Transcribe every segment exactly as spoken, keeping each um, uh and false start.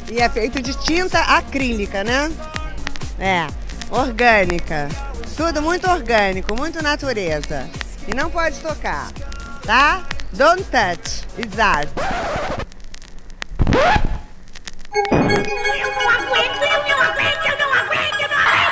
E é feito de tinta acrílica, né? É, orgânica. Tudo muito orgânico, muito natureza. E não pode tocar, tá? Don't touch, it's art. Eu não aguento, eu não aguento, eu não aguento, eu não aguento!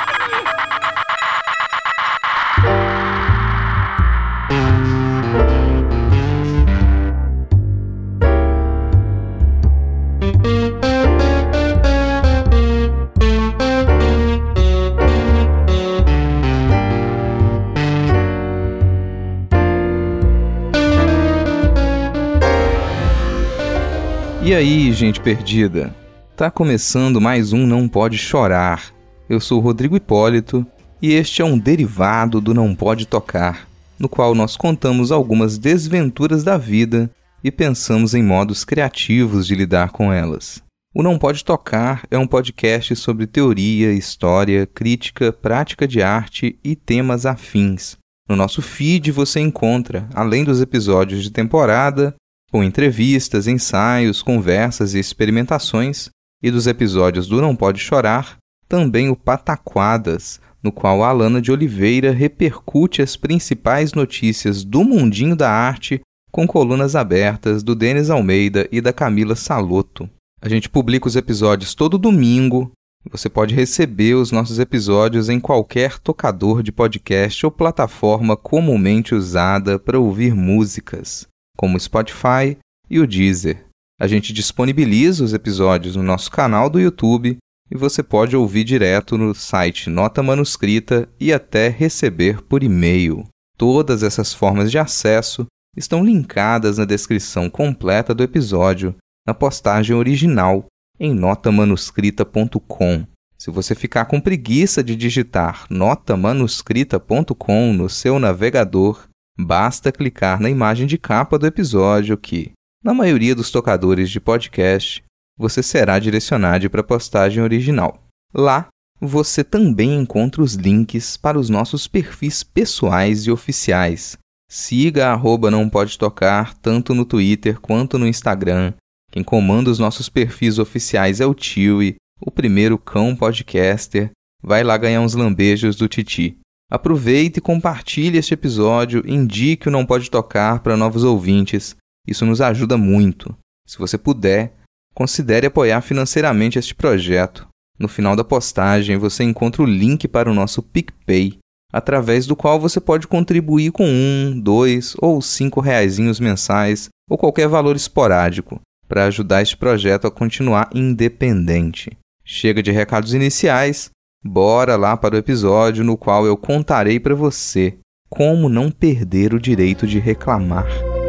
E aí, gente perdida? Tá começando mais um Não Pode Chorar. Eu sou o Rodrigo Hipólito e este é um derivado do Não Pode Tocar, no qual nós contamos algumas desventuras da vida e pensamos em modos criativos de lidar com elas. O Não Pode Tocar é um podcast sobre teoria, história, crítica, prática de arte e temas afins. No nosso feed você encontra, além dos episódios de temporada, com entrevistas, ensaios, conversas e experimentações, e dos episódios do Não Pode Chorar, também o Pataquadas, no qual a Alana de Oliveira repercute as principais notícias do mundinho da arte com colunas abertas do Denis Almeida e da Camila Salotto. A gente publica os episódios todo domingo. Você pode receber os nossos episódios em qualquer tocador de podcast ou plataforma comumente usada para ouvir músicas, como o Spotify e o Deezer. A gente disponibiliza os episódios no nosso canal do YouTube e você pode ouvir direto no site Nota Manuscrita e até receber por e-mail. Todas essas formas de acesso estão linkadas na descrição completa do episódio, na postagem original, em nota manuscrita ponto com. Se você ficar com preguiça de digitar nota manuscrita ponto com no seu navegador, basta clicar na imagem de capa do episódio que, na maioria dos tocadores de podcast, você será direcionado para a postagem original. Lá, você também encontra os links para os nossos perfis pessoais e oficiais. Siga arroba Não Pode Tocar tanto no Twitter quanto no Instagram. Quem comanda os nossos perfis oficiais é o Tiwi, o primeiro cão podcaster. Vai lá ganhar uns lambejos do Titi. Aproveite e compartilhe este episódio, indique o Não Pode Tocar para novos ouvintes. Isso nos ajuda muito. Se você puder, considere apoiar financeiramente este projeto. No final da postagem você encontra o link para o nosso PicPay, através do qual você pode contribuir com um, dois ou cinco reaisinhos mensais ou qualquer valor esporádico para ajudar este projeto a continuar independente. Chega de recados iniciais. Bora lá para o episódio no qual eu contarei para você como não perder o direito de reclamar.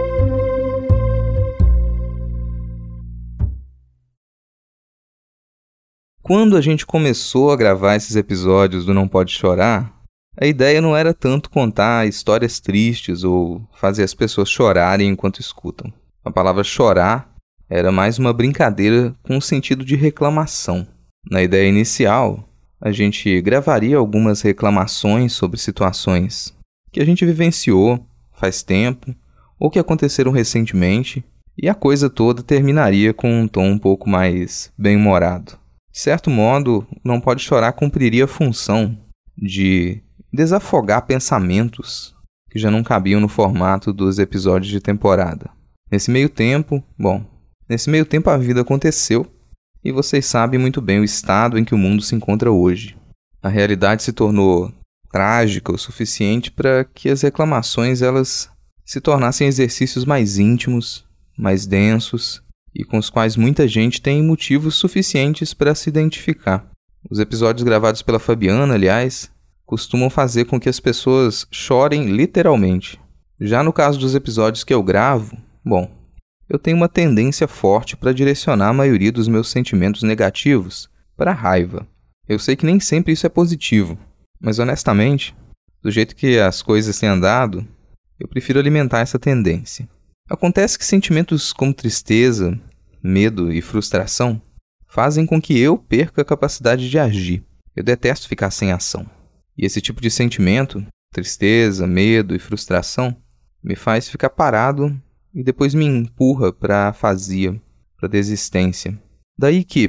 Quando a gente começou a gravar esses episódios do Não Pode Chorar, a ideia não era tanto contar histórias tristes ou fazer as pessoas chorarem enquanto escutam. A palavra chorar era mais uma brincadeira com o sentido de reclamação. Na ideia inicial, a gente gravaria algumas reclamações sobre situações que a gente vivenciou faz tempo ou que aconteceram recentemente e a coisa toda terminaria com um tom um pouco mais bem-humorado. De certo modo, Não Pode Chorar cumpriria a função de desafogar pensamentos que já não cabiam no formato dos episódios de temporada. Nesse meio tempo, bom, nesse meio tempo a vida aconteceu. E vocês sabem muito bem o estado em que o mundo se encontra hoje. A realidade se tornou trágica o suficiente para que as reclamações elas se tornassem exercícios mais íntimos, mais densos e com os quais muita gente tem motivos suficientes para se identificar. Os episódios gravados pela Fabiana, aliás, costumam fazer com que as pessoas chorem literalmente. Já no caso dos episódios que eu gravo, bom, eu tenho uma tendência forte para direcionar a maioria dos meus sentimentos negativos para a raiva. Eu sei que nem sempre isso é positivo, mas honestamente, do jeito que as coisas têm andado, eu prefiro alimentar essa tendência. Acontece que sentimentos como tristeza, medo e frustração fazem com que eu perca a capacidade de agir. Eu detesto ficar sem ação. E esse tipo de sentimento, tristeza, medo e frustração, me faz ficar parado e depois me empurra para a afasia, para a desistência. Daí que,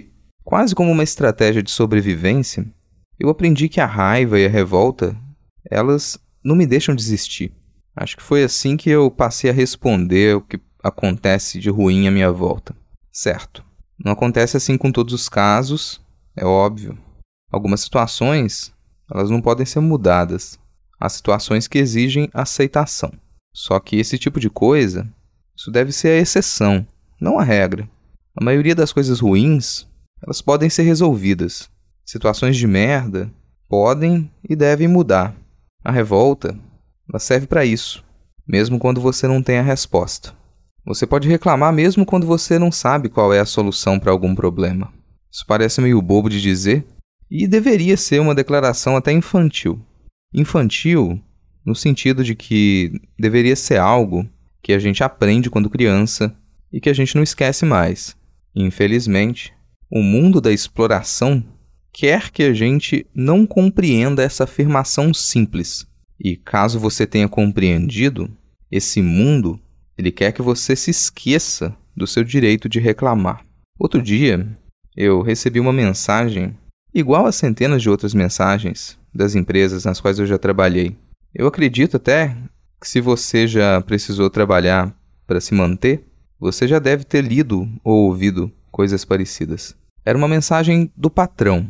Quase como uma estratégia de sobrevivência, eu aprendi que a raiva e a revolta, elas não me deixam desistir. Acho que foi assim que eu passei a responder o que acontece de ruim à minha volta. Certo, não acontece assim com todos os casos, é óbvio. Algumas situações, elas não podem ser mudadas. Há situações que exigem aceitação. Só que esse tipo de coisa, isso deve ser a exceção, não a regra. A maioria das coisas ruins, elas podem ser resolvidas. Situações de merda podem e devem mudar. A revolta, ela serve para isso, mesmo quando você não tem a resposta. Você pode reclamar mesmo quando você não sabe qual é a solução para algum problema. Isso parece meio bobo de dizer, e deveria ser uma declaração até infantil. Infantil no sentido de que deveria ser algo que a gente aprende quando criança e que a gente não esquece mais. Infelizmente, o mundo da exploração quer que a gente não compreenda essa afirmação simples. E caso você tenha compreendido, esse mundo, ele quer que você se esqueça do seu direito de reclamar. Outro dia, eu recebi uma mensagem igual a centenas de outras mensagens das empresas nas quais eu já trabalhei. Eu acredito até que se você já precisou trabalhar para se manter, você já deve ter lido ou ouvido coisas parecidas. Era uma mensagem do patrão.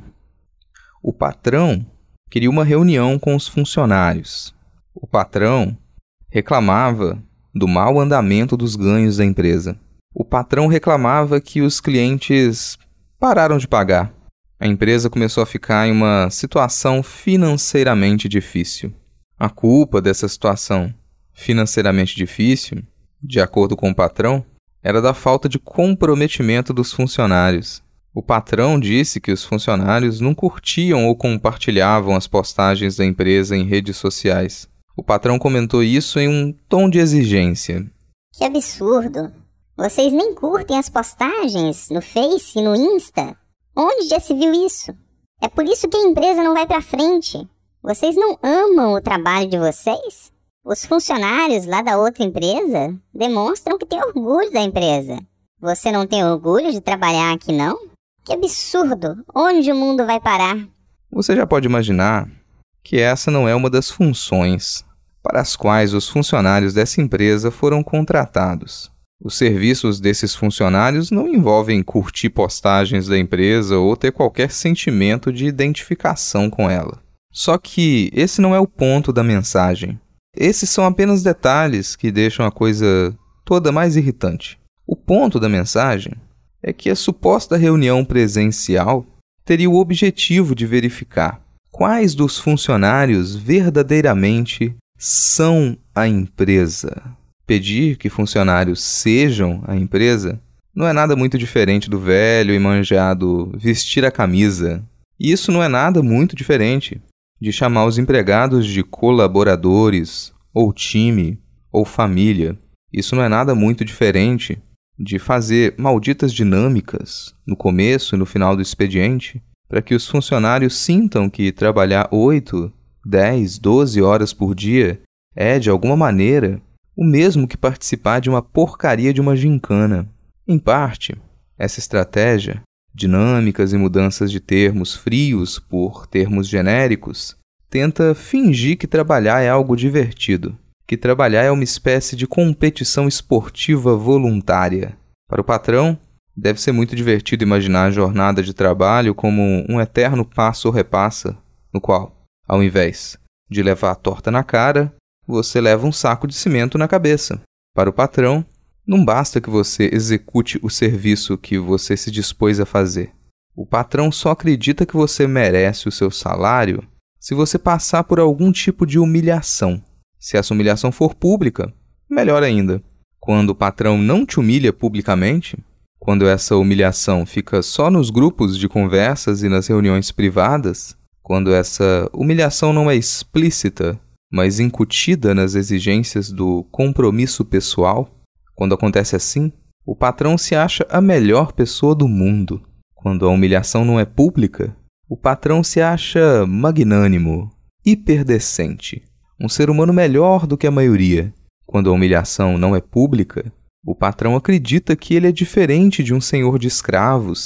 O patrão queria uma reunião com os funcionários. O patrão reclamava do mau andamento dos ganhos da empresa. O patrão reclamava que os clientes pararam de pagar. A empresa começou a ficar em uma situação financeiramente difícil. A culpa dessa situação financeiramente difícil, de acordo com o patrão, era da falta de comprometimento dos funcionários. O patrão disse que os funcionários não curtiam ou compartilhavam as postagens da empresa em redes sociais. O patrão comentou isso em um tom de exigência. Que absurdo! Vocês nem curtem as postagens no Face e no Insta? Onde já se viu isso? É por isso que a empresa não vai para frente. Vocês não amam o trabalho de vocês? Os funcionários lá da outra empresa demonstram que têm orgulho da empresa. Você não tem orgulho de trabalhar aqui, não? Que absurdo! Onde o mundo vai parar? Você já pode imaginar que essa não é uma das funções para as quais os funcionários dessa empresa foram contratados. Os serviços desses funcionários não envolvem curtir postagens da empresa ou ter qualquer sentimento de identificação com ela. Só que esse não é o ponto da mensagem. Esses são apenas detalhes que deixam a coisa toda mais irritante. O ponto da mensagem é que a suposta reunião presencial teria o objetivo de verificar quais dos funcionários verdadeiramente são a empresa. Pedir que funcionários sejam a empresa não é nada muito diferente do velho e manjado vestir a camisa. E isso não é nada muito diferente de chamar os empregados de colaboradores, ou time, ou família. Isso não é nada muito diferente de fazer malditas dinâmicas no começo e no final do expediente para que os funcionários sintam que trabalhar oito, dez, doze horas por dia é, de alguma maneira, o mesmo que participar de uma porcaria de uma gincana. Em parte, essa estratégia, dinâmicas e mudanças de termos frios por termos genéricos, tenta fingir que trabalhar é algo divertido, que trabalhar é uma espécie de competição esportiva voluntária. Para o patrão, deve ser muito divertido imaginar a jornada de trabalho como um eterno passo ou repassa, no qual, ao invés de levar a torta na cara, você leva um saco de cimento na cabeça. Para o patrão, não basta que você execute o serviço que você se dispôs a fazer. O patrão só acredita que você merece o seu salário se você passar por algum tipo de humilhação. Se essa humilhação for pública, melhor ainda. Quando o patrão não te humilha publicamente, quando essa humilhação fica só nos grupos de conversas e nas reuniões privadas, quando essa humilhação não é explícita, mas incutida nas exigências do compromisso pessoal, quando acontece assim, o patrão se acha a melhor pessoa do mundo. Quando a humilhação não é pública, o patrão se acha magnânimo, hiperdecente, um ser humano melhor do que a maioria. Quando a humilhação não é pública, o patrão acredita que ele é diferente de um senhor de escravos,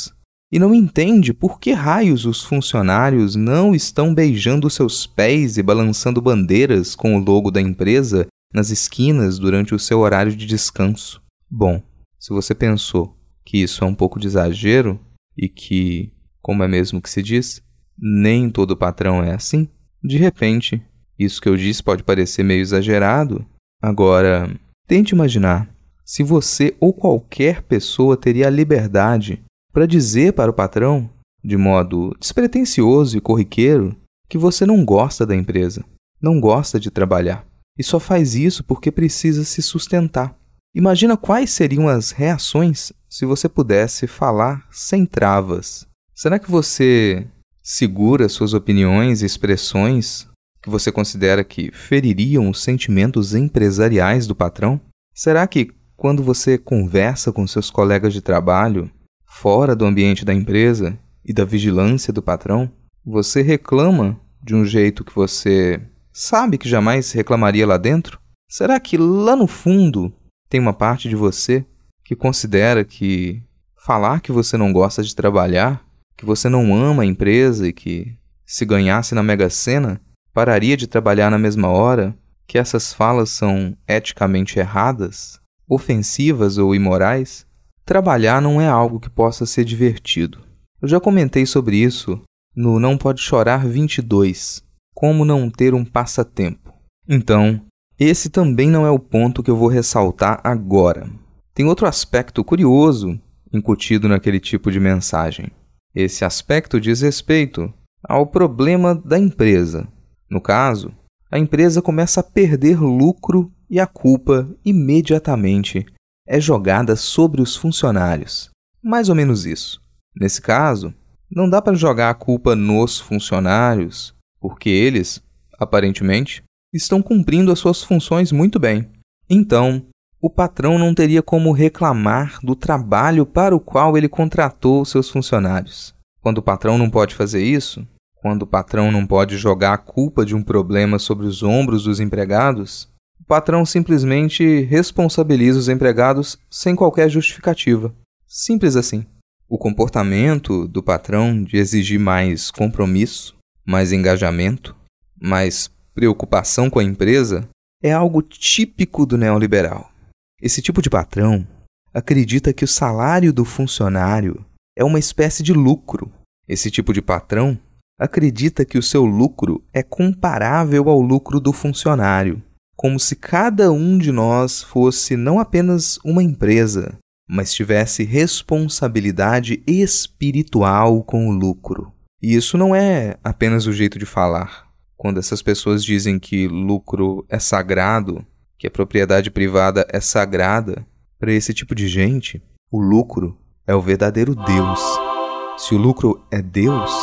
e não entende por que raios os funcionários não estão beijando seus pés e balançando bandeiras com o logo da empresa nas esquinas durante o seu horário de descanso. Bom, se você pensou que isso é um pouco de exagero e que, como é mesmo que se diz, nem todo patrão é assim, de repente, isso que eu disse pode parecer meio exagerado. Agora, tente imaginar se você ou qualquer pessoa teria a liberdade para dizer para o patrão, de modo despretensioso e corriqueiro, que você não gosta da empresa, não gosta de trabalhar e só faz isso porque precisa se sustentar. Imagina quais seriam as reações se você pudesse falar sem travas. Será que você segura suas opiniões e expressões que você considera que feririam os sentimentos empresariais do patrão? Será que, quando você conversa com seus colegas de trabalho, fora do ambiente da empresa e da vigilância do patrão, você reclama de um jeito que você sabe que jamais reclamaria lá dentro? Será que lá no fundo tem uma parte de você que considera que falar que você não gosta de trabalhar, que você não ama a empresa e que, se ganhasse na Mega Sena, pararia de trabalhar na mesma hora, que essas falas são eticamente erradas, ofensivas ou imorais? Trabalhar não é algo que possa ser divertido. Eu já comentei sobre isso no Não Pode Chorar vinte e dois, Como Não Ter um Passatempo. Então, esse também não é o ponto que eu vou ressaltar agora. Tem outro aspecto curioso incutido naquele tipo de mensagem. Esse aspecto diz respeito ao problema da empresa. No caso, a empresa começa a perder lucro e a culpa imediatamente é jogada sobre os funcionários. Mais ou menos isso. Nesse caso, não dá para jogar a culpa nos funcionários, porque eles, aparentemente, estão cumprindo as suas funções muito bem. Então, o patrão não teria como reclamar do trabalho para o qual ele contratou seus funcionários. Quando o patrão não pode fazer isso, quando o patrão não pode jogar a culpa de um problema sobre os ombros dos empregados, o patrão simplesmente responsabiliza os empregados sem qualquer justificativa. Simples assim. O comportamento do patrão de exigir mais compromisso, mais engajamento, mais preocupação com a empresa é algo típico do neoliberal. Esse tipo de patrão acredita que o salário do funcionário é uma espécie de lucro. Esse tipo de patrão acredita que o seu lucro é comparável ao lucro do funcionário, como se cada um de nós fosse não apenas uma empresa, mas tivesse responsabilidade espiritual com o lucro. E isso não é apenas o jeito de falar. Quando essas pessoas dizem que lucro é sagrado, que a propriedade privada é sagrada, para esse tipo de gente, o lucro é o verdadeiro Deus. Se o lucro é Deus,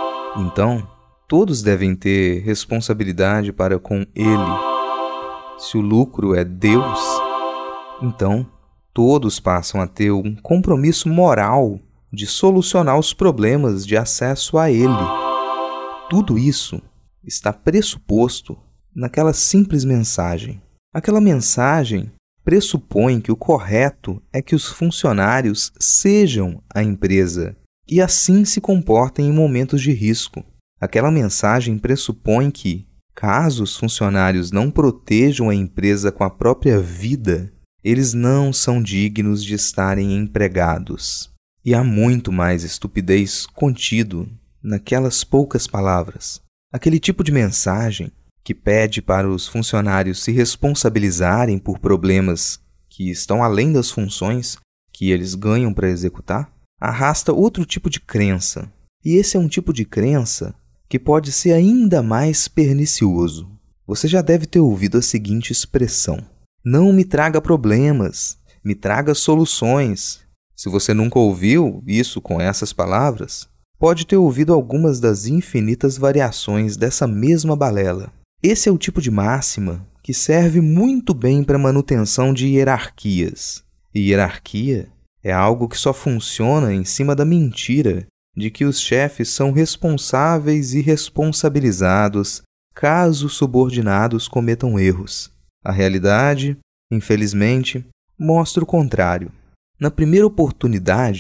então todos devem ter responsabilidade para com Ele. Se o lucro é Deus, então todos passam a ter um compromisso moral de solucionar os problemas de acesso a Ele. Tudo isso está pressuposto naquela simples mensagem. Aquela mensagem pressupõe que o correto é que os funcionários sejam a empresa e assim se comportem em momentos de risco. Aquela mensagem pressupõe que, caso os funcionários não protejam a empresa com a própria vida, eles não são dignos de estarem empregados. E há muito mais estupidez contido naquelas poucas palavras. Aquele tipo de mensagem que pede para os funcionários se responsabilizarem por problemas que estão além das funções que eles ganham para executar, arrasta outro tipo de crença. E esse é um tipo de crença que pode ser ainda mais pernicioso. Você já deve ter ouvido a seguinte expressão: não me traga problemas, me traga soluções. Se você nunca ouviu isso com essas palavras, pode ter ouvido algumas das infinitas variações dessa mesma balela. Esse é o tipo de máxima que serve muito bem para a manutenção de hierarquias. E hierarquia é algo que só funciona em cima da mentira de que os chefes são responsáveis e responsabilizados caso os subordinados cometam erros. A realidade, infelizmente, mostra o contrário. Na primeira oportunidade,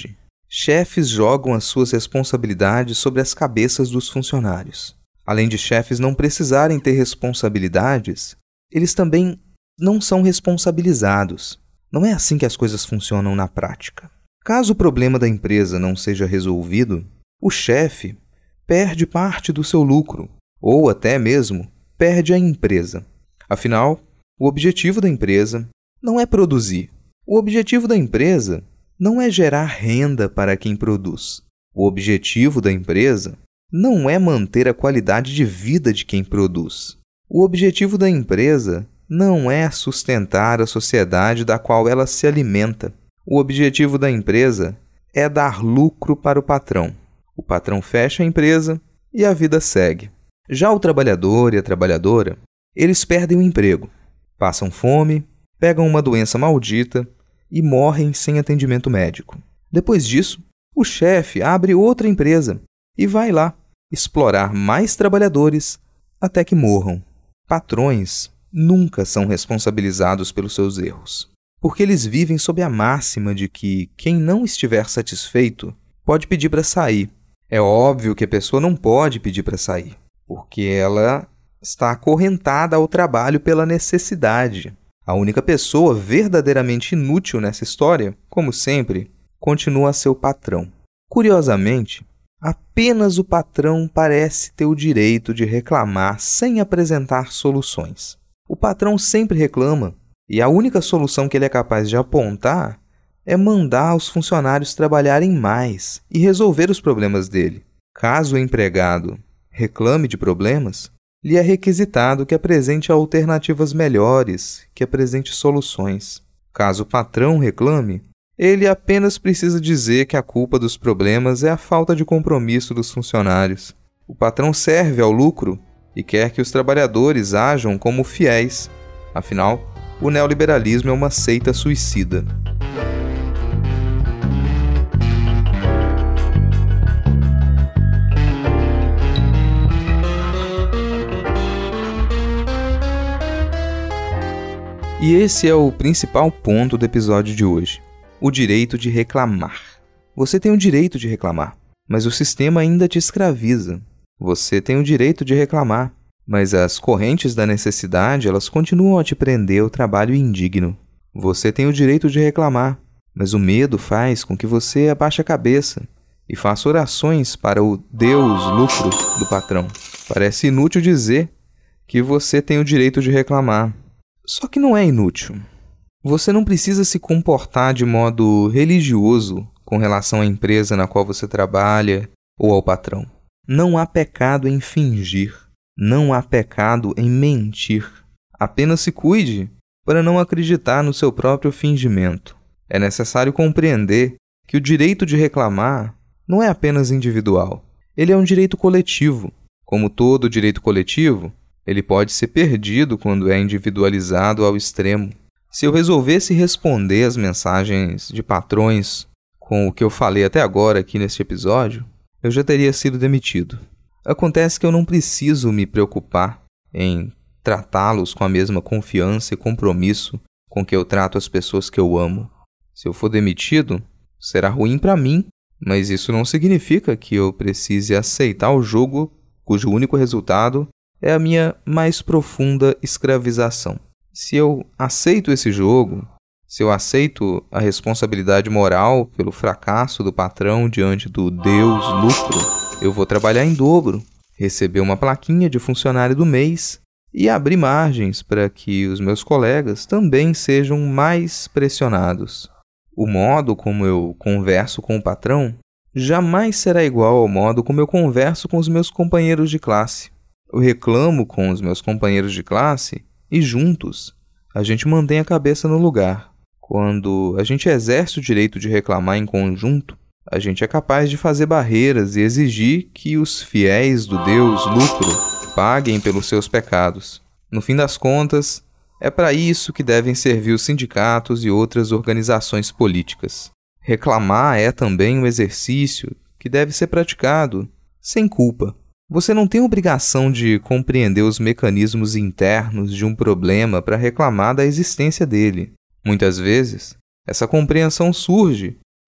chefes jogam as suas responsabilidades sobre as cabeças dos funcionários. Além de chefes não precisarem ter responsabilidades, eles também não são responsabilizados. Não é assim que as coisas funcionam na prática. Caso o problema da empresa não seja resolvido, o chefe perde parte do seu lucro, ou até mesmo perde a empresa. Afinal, o objetivo da empresa não é produzir. O objetivo da empresa não é gerar renda para quem produz. O objetivo da empresa não é manter a qualidade de vida de quem produz. O objetivo da empresa não é sustentar a sociedade da qual ela se alimenta. O objetivo da empresa é dar lucro para o patrão. O patrão fecha a empresa e a vida segue. Já o trabalhador e a trabalhadora, eles perdem o emprego, passam fome, pegam uma doença maldita e morrem sem atendimento médico. Depois disso, o chefe abre outra empresa e vai lá explorar mais trabalhadores até que morram. Patrões nunca são responsabilizados pelos seus erros, porque eles vivem sob a máxima de que quem não estiver satisfeito pode pedir para sair. É óbvio que a pessoa não pode pedir para sair, porque ela está acorrentada ao trabalho pela necessidade. A única pessoa verdadeiramente inútil nessa história, como sempre, continua a ser o patrão. Curiosamente, apenas o patrão parece ter o direito de reclamar sem apresentar soluções. O patrão sempre reclama, e a única solução que ele é capaz de apontar é mandar os funcionários trabalharem mais e resolver os problemas dele. Caso o empregado reclame de problemas, lhe é requisitado que apresente alternativas melhores, que apresente soluções. Caso o patrão reclame, ele apenas precisa dizer que a culpa dos problemas é a falta de compromisso dos funcionários. O patrão serve ao lucro e quer que os trabalhadores ajam como fiéis. Afinal, o neoliberalismo é uma seita suicida. E esse é o principal ponto do episódio de hoje: o direito de reclamar. Você tem o direito de reclamar, mas o sistema ainda te escraviza. Você tem o direito de reclamar, mas as correntes da necessidade, elas continuam a te prender ao trabalho indigno. Você tem o direito de reclamar, mas o medo faz com que você abaixe a cabeça e faça orações para o Deus lucro do patrão. Parece inútil dizer que você tem o direito de reclamar. Só que não é inútil. Você não precisa se comportar de modo religioso com relação à empresa na qual você trabalha ou ao patrão. Não há pecado em fingir. Não há pecado em mentir. Apenas se cuide para não acreditar no seu próprio fingimento. É necessário compreender que o direito de reclamar não é apenas individual. Ele é um direito coletivo. Como todo direito coletivo, ele pode ser perdido quando é individualizado ao extremo. Se eu resolvesse responder às mensagens de patrões com o que eu falei até agora aqui neste episódio, eu já teria sido demitido. Acontece que eu não preciso me preocupar em tratá-los com a mesma confiança e compromisso com que eu trato as pessoas que eu amo. Se eu for demitido, será ruim para mim, mas isso não significa que eu precise aceitar o jogo cujo único resultado é a minha mais profunda escravização. Se eu aceito esse jogo, se eu aceito a responsabilidade moral pelo fracasso do patrão diante do Deus lucro, eu vou trabalhar em dobro, receber uma plaquinha de funcionário do mês e abrir margens para que os meus colegas também sejam mais pressionados. O modo como eu converso com o patrão jamais será igual ao modo como eu converso com os meus companheiros de classe. Eu reclamo com os meus companheiros de classe e juntos a gente mantém a cabeça no lugar. Quando a gente exerce o direito de reclamar em conjunto, a gente é capaz de fazer barreiras e exigir que os fiéis do Deus lucro paguem pelos seus pecados. No fim das contas, é para isso que devem servir os sindicatos e outras organizações políticas. Reclamar é também um exercício que deve ser praticado sem culpa. Você não tem obrigação de compreender os mecanismos internos de um problema para reclamar da existência dele. Muitas vezes, essa compreensão surge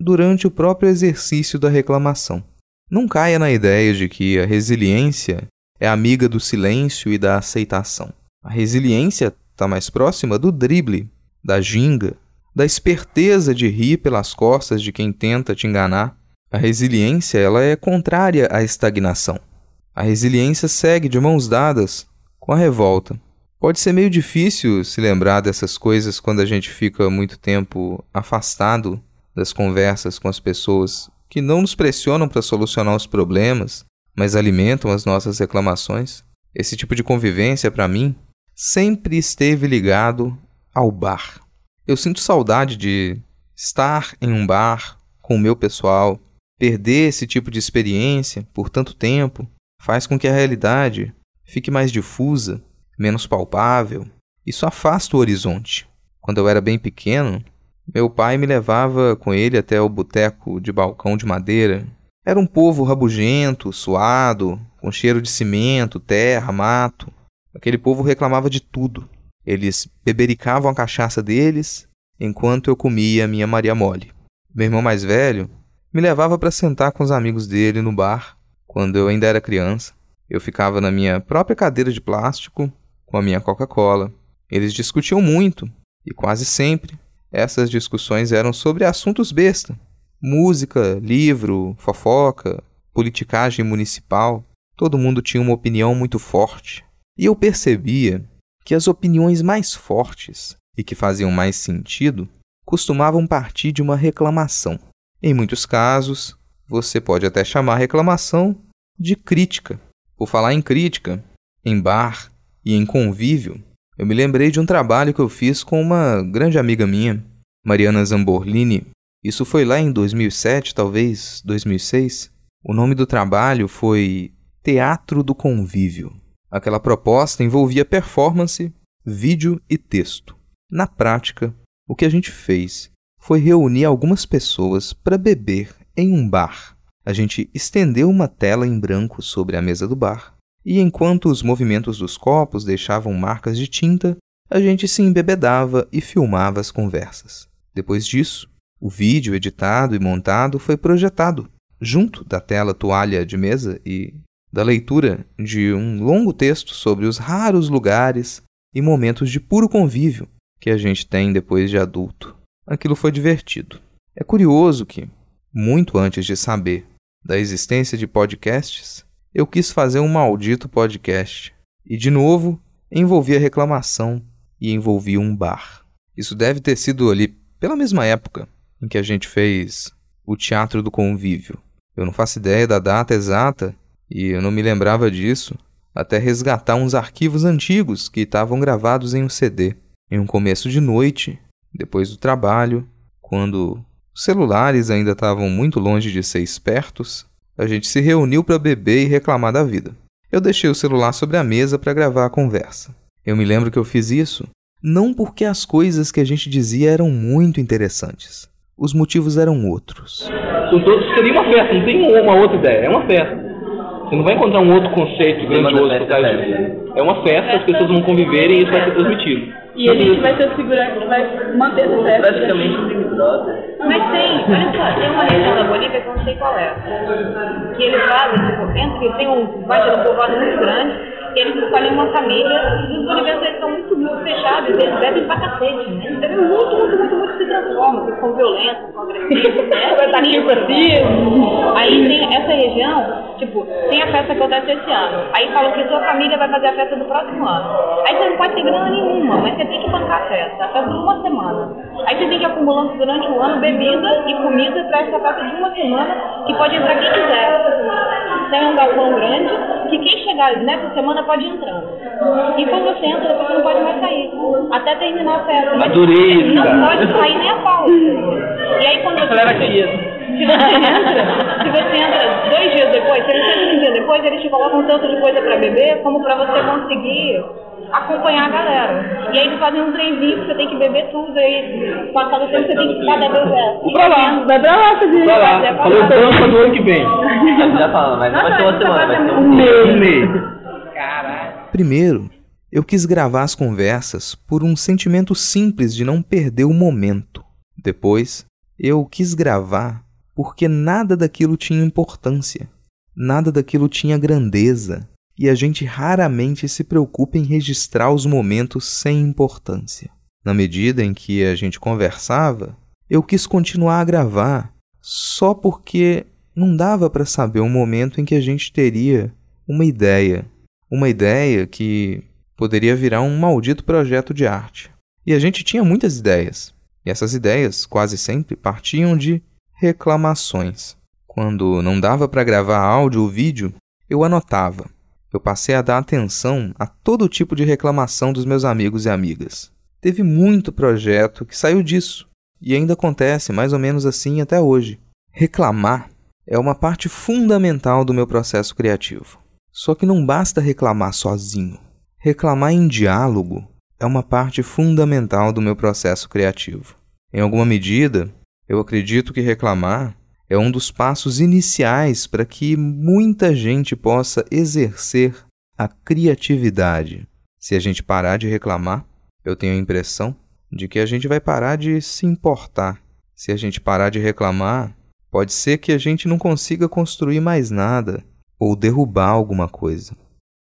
durante o próprio exercício da reclamação. Não caia na ideia de que a resiliência é amiga do silêncio e da aceitação. A resiliência está mais próxima do drible, da ginga, da esperteza de rir pelas costas de quem tenta te enganar. A resiliência ela é contrária à estagnação. A resiliência segue de mãos dadas com a revolta. Pode ser meio difícil se lembrar dessas coisas quando a gente fica muito tempo afastado das conversas com as pessoas que não nos pressionam para solucionar os problemas, mas alimentam as nossas reclamações. Esse tipo de convivência, para mim, sempre esteve ligado ao bar. Eu sinto saudade de estar em um bar com o meu pessoal. Perder esse tipo de experiência por tanto tempo faz com que a realidade fique mais difusa, menos palpável. Isso afasta o horizonte. Quando eu era bem pequeno, meu pai me levava com ele até o boteco de balcão de madeira. Era um povo rabugento, suado, com cheiro de cimento, terra, mato. Aquele povo reclamava de tudo. Eles bebericavam a cachaça deles enquanto eu comia a minha Maria Mole. Meu irmão mais velho me levava para sentar com os amigos dele no bar. Quando eu ainda era criança, eu ficava na minha própria cadeira de plástico com a minha Coca-Cola. Eles discutiam muito e quase sempre essas discussões eram sobre assuntos besta. Música, livro, fofoca, politicagem municipal. Todo mundo tinha uma opinião muito forte. E eu percebia que as opiniões mais fortes e que faziam mais sentido costumavam partir de uma reclamação. Em muitos casos, você pode até chamar a reclamação de crítica. Por falar em crítica, em bar e em convívio, eu me lembrei de um trabalho que eu fiz com uma grande amiga minha, Mariana Zamborlini. Isso foi lá em dois mil e sete, talvez dois mil e seis. O nome do trabalho foi Teatro do Convívio. Aquela proposta envolvia performance, vídeo e texto. Na prática, o que a gente fez foi reunir algumas pessoas para beber em um bar. A gente estendeu uma tela em branco sobre a mesa do bar e, enquanto os movimentos dos copos deixavam marcas de tinta, a gente se embebedava e filmava as conversas. Depois disso, o vídeo editado e montado foi projetado junto da tela toalha de mesa e da leitura de um longo texto sobre os raros lugares e momentos de puro convívio que a gente tem depois de adulto. Aquilo foi divertido. É curioso que, muito antes de saber da existência de podcasts, eu quis fazer um maldito podcast. E, de novo, envolvia reclamação e envolvia um bar. Isso deve ter sido ali pela mesma época em que a gente fez o Teatro do Convívio. Eu não faço ideia da data exata e eu não me lembrava disso até resgatar uns arquivos antigos que estavam gravados em um C D. Em um começo de noite, depois do trabalho, quando os celulares ainda estavam muito longe de ser espertos, a gente se reuniu para beber e reclamar da vida. Eu deixei o celular sobre a mesa para gravar a conversa. Eu me lembro que eu fiz isso não porque as coisas que a gente dizia eram muito interessantes. Os motivos eram outros. Seria uma festa, não tem uma outra ideia, é uma festa. Você não vai encontrar um outro conceito grandioso por trás disso. É uma festa, as pessoas vão conviver e isso vai ser transmitido. E a gente vai ser o segurante que vai manter essa festa. Praticamente um Big Brother. Mas tem, olha só, tem uma região da Bolívia que eu não sei qual é. Que eles fazem, tipo, entre, tem um, vai ter um povoado muito grande, e eles escolhem uma família, e os bolivianos eles são muito, muito fechados, eles bebem pra cacete, né? Eles bebem muito, muito, muito, muito, se transformam, eles são violentos, são agressivos, né? Vai estar aqui pra cima. Aí tem essa região, tipo, tem a festa que acontece esse ano. Aí falam que sua família vai fazer a festa do próximo ano. Aí você não pode ter grana nenhuma, mas você tem que bancar a festa. A festa dura uma semana. Aí você tem que ir acumulando durante o ano bebida e comida para essa festa de uma semana, que pode entrar quem quiser. Tem um galpão grande, que quem chegar nessa semana pode entrar. E quando você entra, depois você não pode mais sair. Até terminar a festa. Mas adorei isso, não cara. pode sair nem a pau. E aí quando você... Leva aqui. Se você entra, se você entra dois dias depois, se você entra um dia depois, eles te colocam tanto de coisa pra beber, como pra você conseguir acompanhar a galera. E aí eles fazem um trenzinho que você tem que beber tudo, e passado o tempo você tem que ficar bebendo essa. Vou pra lá. Vai pra lá, fazer. Vai lá. Falou dança do ano que vem. Já falando, mas não vai ser uma semana, vai ser Um um mês. Um mês. Primeiro, eu quis gravar as conversas por um sentimento simples de não perder o momento. Depois, Eu quis gravar porque nada daquilo tinha importância, nada daquilo tinha grandeza, e a gente raramente se preocupa em registrar os momentos sem importância. Na medida em que a gente conversava, eu quis continuar a gravar, só porque não dava para saber o momento em que a gente teria uma ideia, uma ideia que poderia virar um maldito projeto de arte. E a gente tinha muitas ideias, e essas ideias quase sempre partiam de reclamações. Quando não dava para gravar áudio ou vídeo, eu anotava. Eu passei a dar atenção a todo tipo de reclamação dos meus amigos e amigas. Teve muito projeto que saiu disso, e ainda acontece mais ou menos assim até hoje. Reclamar é uma parte fundamental do meu processo criativo. Só que não basta reclamar sozinho. Reclamar em diálogo é uma parte fundamental do meu processo criativo. Em alguma medida, eu acredito que reclamar é um dos passos iniciais para que muita gente possa exercer a criatividade. Se a gente parar de reclamar, eu tenho a impressão de que a gente vai parar de se importar. Se a gente parar de reclamar, pode ser que a gente não consiga construir mais nada ou derrubar alguma coisa.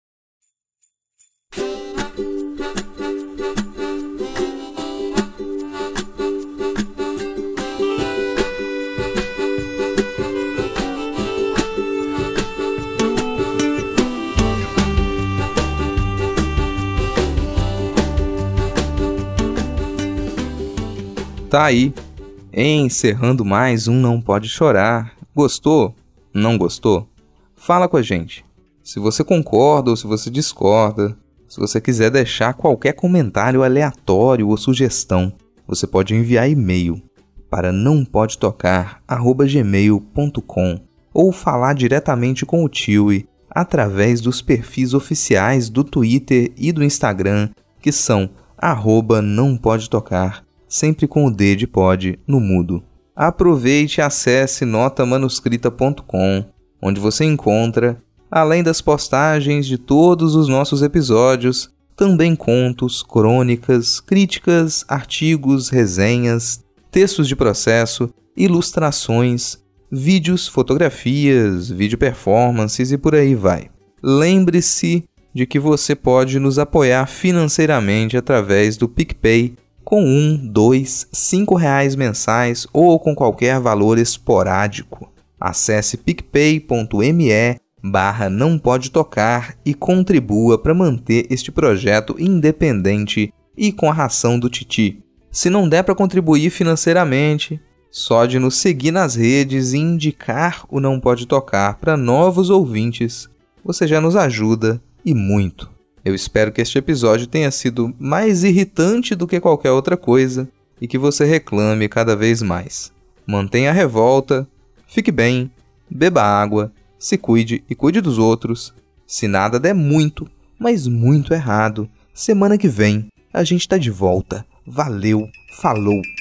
Tá aí, encerrando mais um Não Pode Chorar. Gostou? Não gostou? Fala com a gente. Se você concorda ou se você discorda, se você quiser deixar qualquer comentário aleatório ou sugestão, você pode enviar e-mail para não pode tocar arroba gmail ponto com ou falar diretamente com o Tiwi através dos perfis oficiais do Twitter e do Instagram, que são arroba não pode tocar, sempre com o D de pod no mudo. Aproveite e acesse nota manuscrita ponto com, onde você encontra, além das postagens de todos os nossos episódios, também contos, crônicas, críticas, artigos, resenhas, textos de processo, ilustrações, vídeos, fotografias, vídeo performances e por aí vai. Lembre-se de que você pode nos apoiar financeiramente através do PicPay com um, dois, cinco reais mensais ou com qualquer valor esporádico. Acesse picpay.me barra não pode tocar e contribua para manter este projeto independente e com a ração do Titi. Se não der para contribuir financeiramente, só de nos seguir nas redes e indicar o Não Pode Tocar para novos ouvintes, você já nos ajuda e muito. Eu espero que este episódio tenha sido mais irritante do que qualquer outra coisa e que você reclame cada vez mais. Mantenha a revolta, fique bem, beba água, se cuide e cuide dos outros. Se nada der muito, mas muito errado, semana que vem a gente tá de volta. Valeu, falou!